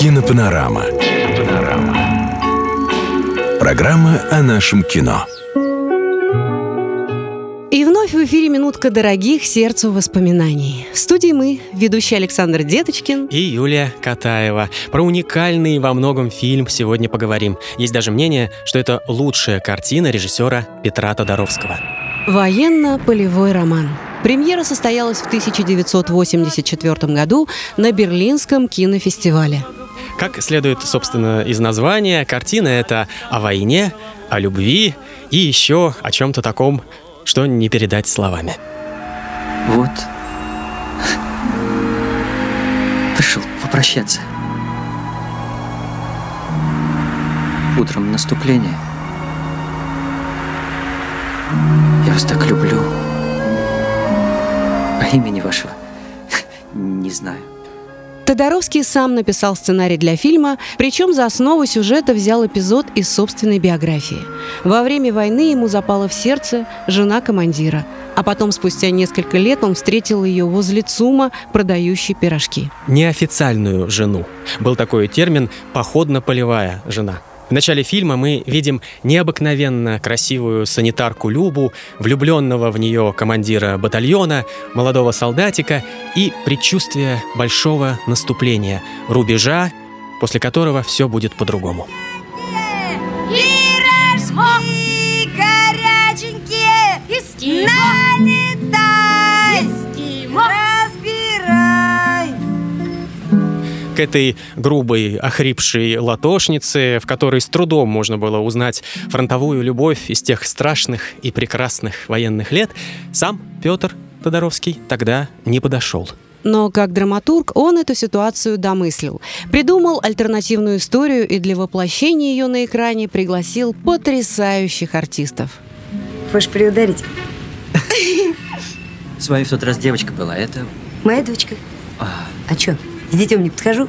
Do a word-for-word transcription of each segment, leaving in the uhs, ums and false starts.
Кинопанорама. Программа о нашем кино. И вновь в эфире минутка дорогих сердцу воспоминаний. В студии мы, ведущий Александр Деточкин и Юлия Катаева. Про уникальный во многом фильм сегодня поговорим. Есть даже мнение, что это лучшая картина режиссера Петра Тодоровского. Военно-полевой роман. Премьера состоялась в тысяча девятьсот восемьдесят четвёртом году на Берлинском кинофестивале. Как следует, собственно, из названия, картина это о войне, о любви и еще о чем-то таком, что не передать словами. Вот. Пришел попрощаться. Утром наступление. Я вас так люблю. А имени вашего не знаю. Тодоровский сам написал сценарий для фильма, причем за основу сюжета взял эпизод из собственной биографии. Во время войны ему запала в сердце жена командира, а потом, спустя несколько лет, он встретил ее возле ЦУМа, продающей пирожки. Неофициальную жену. Был такой термин «походно-полевая жена». В начале фильма мы видим необыкновенно красивую санитарку Любу, влюбленного в нее командира батальона, молодого солдатика и предчувствие большого наступления, рубежа, после которого все будет по-другому. Пирожки горяченькие, налетай, разбирай. К этой грубой, охрипшей латошнице, в которой с трудом можно было узнать фронтовую любовь из тех страшных и прекрасных военных лет, сам Петр Тодоровский тогда не подошел. Но как драматург он эту ситуацию домыслил. Придумал альтернативную историю и для воплощения ее на экране пригласил потрясающих артистов. Хочешь приударить? С вами в тот раз девочка была, это... Моя дочка. А, а что? С детем не подхожу?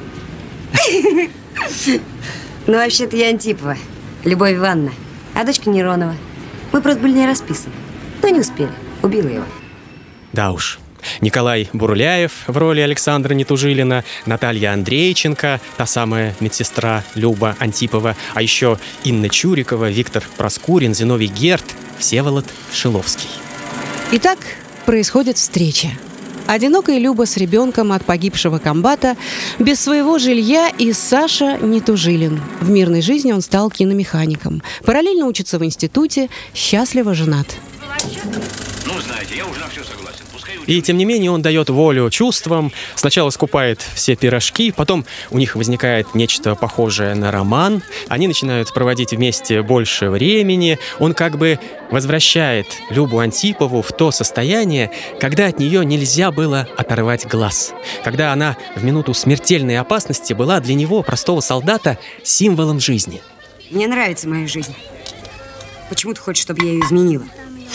Ну, вообще-то я Антипова, Любовь Ивановна, а дочка Неронова. Мы просто были не расписаны, но не успели, убила его. Да уж. Николай Бурляев в роли Александра Нетужилина, Наталья Андрейченко, та самая медсестра Люба Антипова, а еще Инна Чурикова, Виктор Проскурин, Зиновий Герд, Всеволод Шиловский. Итак, происходит встреча. Одинокая Люба с ребенком от погибшего комбата, без своего жилья, и Саша Нетужилин. В мирной жизни он стал киномехаником. Параллельно учится в институте, счастливо женат. Ну, знаете, я уже на все согласен. И тем не менее он дает волю чувствам, сначала скупает все пирожки, потом у них возникает нечто похожее на роман, они начинают проводить вместе больше времени, он как бы возвращает Любу Антипову в то состояние, когда от нее нельзя было оторвать глаз, когда она в минуту смертельной опасности была для него, простого солдата, символом жизни. Мне нравится моя жизнь. Почему ты хочешь, чтобы я ее изменила?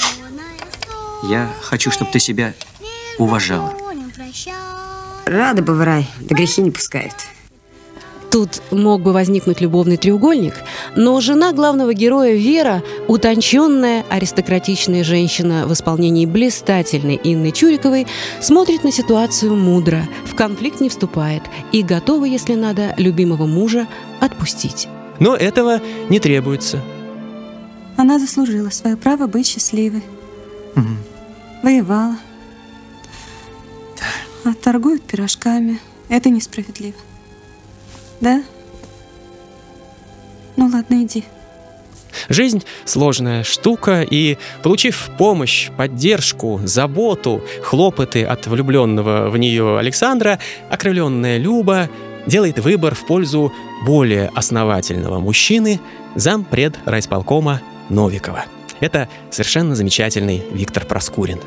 Я хочу, чтобы ты себя уважала. Рада бы в рай, да грехи не пускают. Тут мог бы возникнуть любовный треугольник, но жена главного героя Вера, утонченная, аристократичная женщина в исполнении блистательной Инны Чуриковой, смотрит на ситуацию мудро, в конфликт не вступает и готова, если надо, любимого мужа отпустить. Но этого не требуется. Она заслужила свое право быть счастливой. Угу. Воевала. А торгуют пирожками. Это несправедливо. Да? Ну ладно, иди. Жизнь сложная штука, и, получив помощь, поддержку, заботу, хлопоты от влюбленного в нее Александра, окрыленная Люба делает выбор в пользу более основательного мужчины, зампред райисполкома Новикова. Это совершенно замечательный Виктор Проскурин.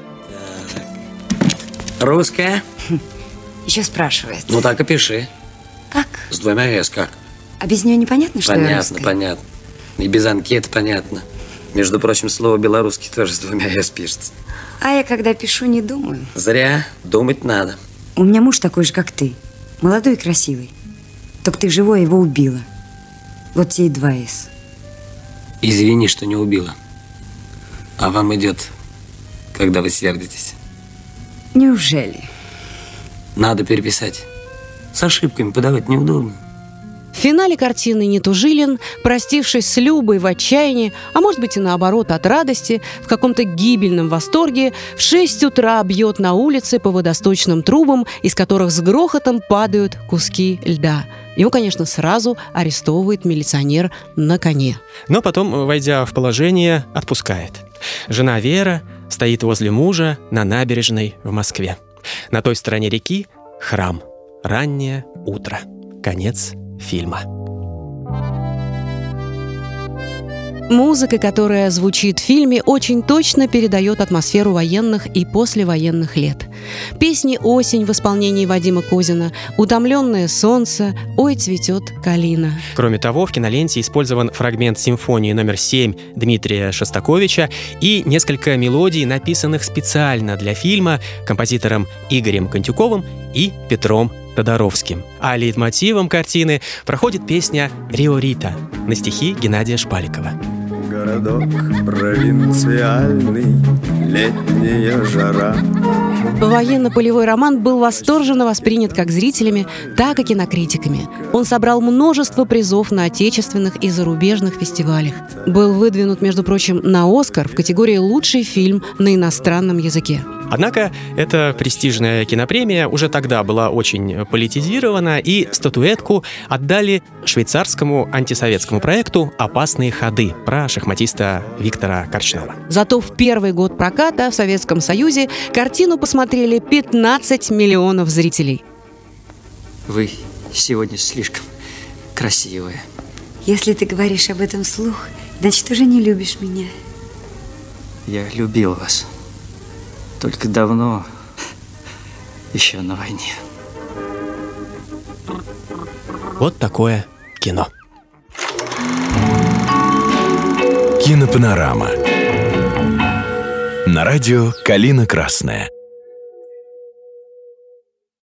Русская? Еще спрашивает. Ну так и пиши. Как? С двумя «с» как? А без нее непонятно, что я Понятно, русская? понятно. И без анкеты понятно. Между прочим, слово «белорусский» тоже с двумя «с» пишется. А я, когда пишу, не думаю. Зря. Думать надо. У меня муж такой же, как ты. Молодой и красивый. Только ты живой его убила. Вот те и два «с». Извини, что не убила. А вам идет, когда вы сердитесь. Неужели? Надо переписать. С ошибками подавать неудобно. финале картины Нетужилин, простившись с Любой в отчаянии, а может быть и наоборот от радости, в каком-то гибельном восторге, в шесть утра бьет на улице по водосточным трубам, из которых с грохотом падают куски льда. Его, конечно, сразу арестовывает милиционер на коне. Но потом, войдя в положение, отпускает. Жена Вера стоит возле мужа на набережной в Москве. На той стороне реки храм. Раннее утро. Конец фильма. Музыка, которая звучит в фильме, очень точно передает атмосферу военных и послевоенных лет. Песни «Осень» в исполнении Вадима Козина, «Утомленное солнце», «Ой, цветет калина». Кроме того, в киноленте использован фрагмент симфонии номер семь Дмитрия Шостаковича и несколько мелодий, написанных специально для фильма композитором Игорем Контюковым и Петром Тодоровским. А лейтмотивом картины проходит песня «Рио Рита» на стихи Геннадия Шпаликова. Городок провинциальный, летняя жара. Военно-полевой роман был восторженно воспринят как зрителями, так и кинокритиками. Он собрал множество призов на отечественных и зарубежных фестивалях. Был выдвинут, между прочим, на «Оскар» в категории «Лучший фильм на иностранном языке». Однако эта престижная кинопремия уже тогда была очень политизирована, и статуэтку отдали швейцарскому антисоветскому проекту «Опасные ходы» про шахматиста Виктора Корчнова. Зато в первый год проката в Советском Союзе картину посмотрели пятнадцать миллионов зрителей. Вы сегодня слишком красивая. Если ты говоришь об этом вслух, значит, уже не любишь меня. Я любил вас. Только давно, еще на войне. Вот такое кино. Кинопанорама. На радио «Калина Красная».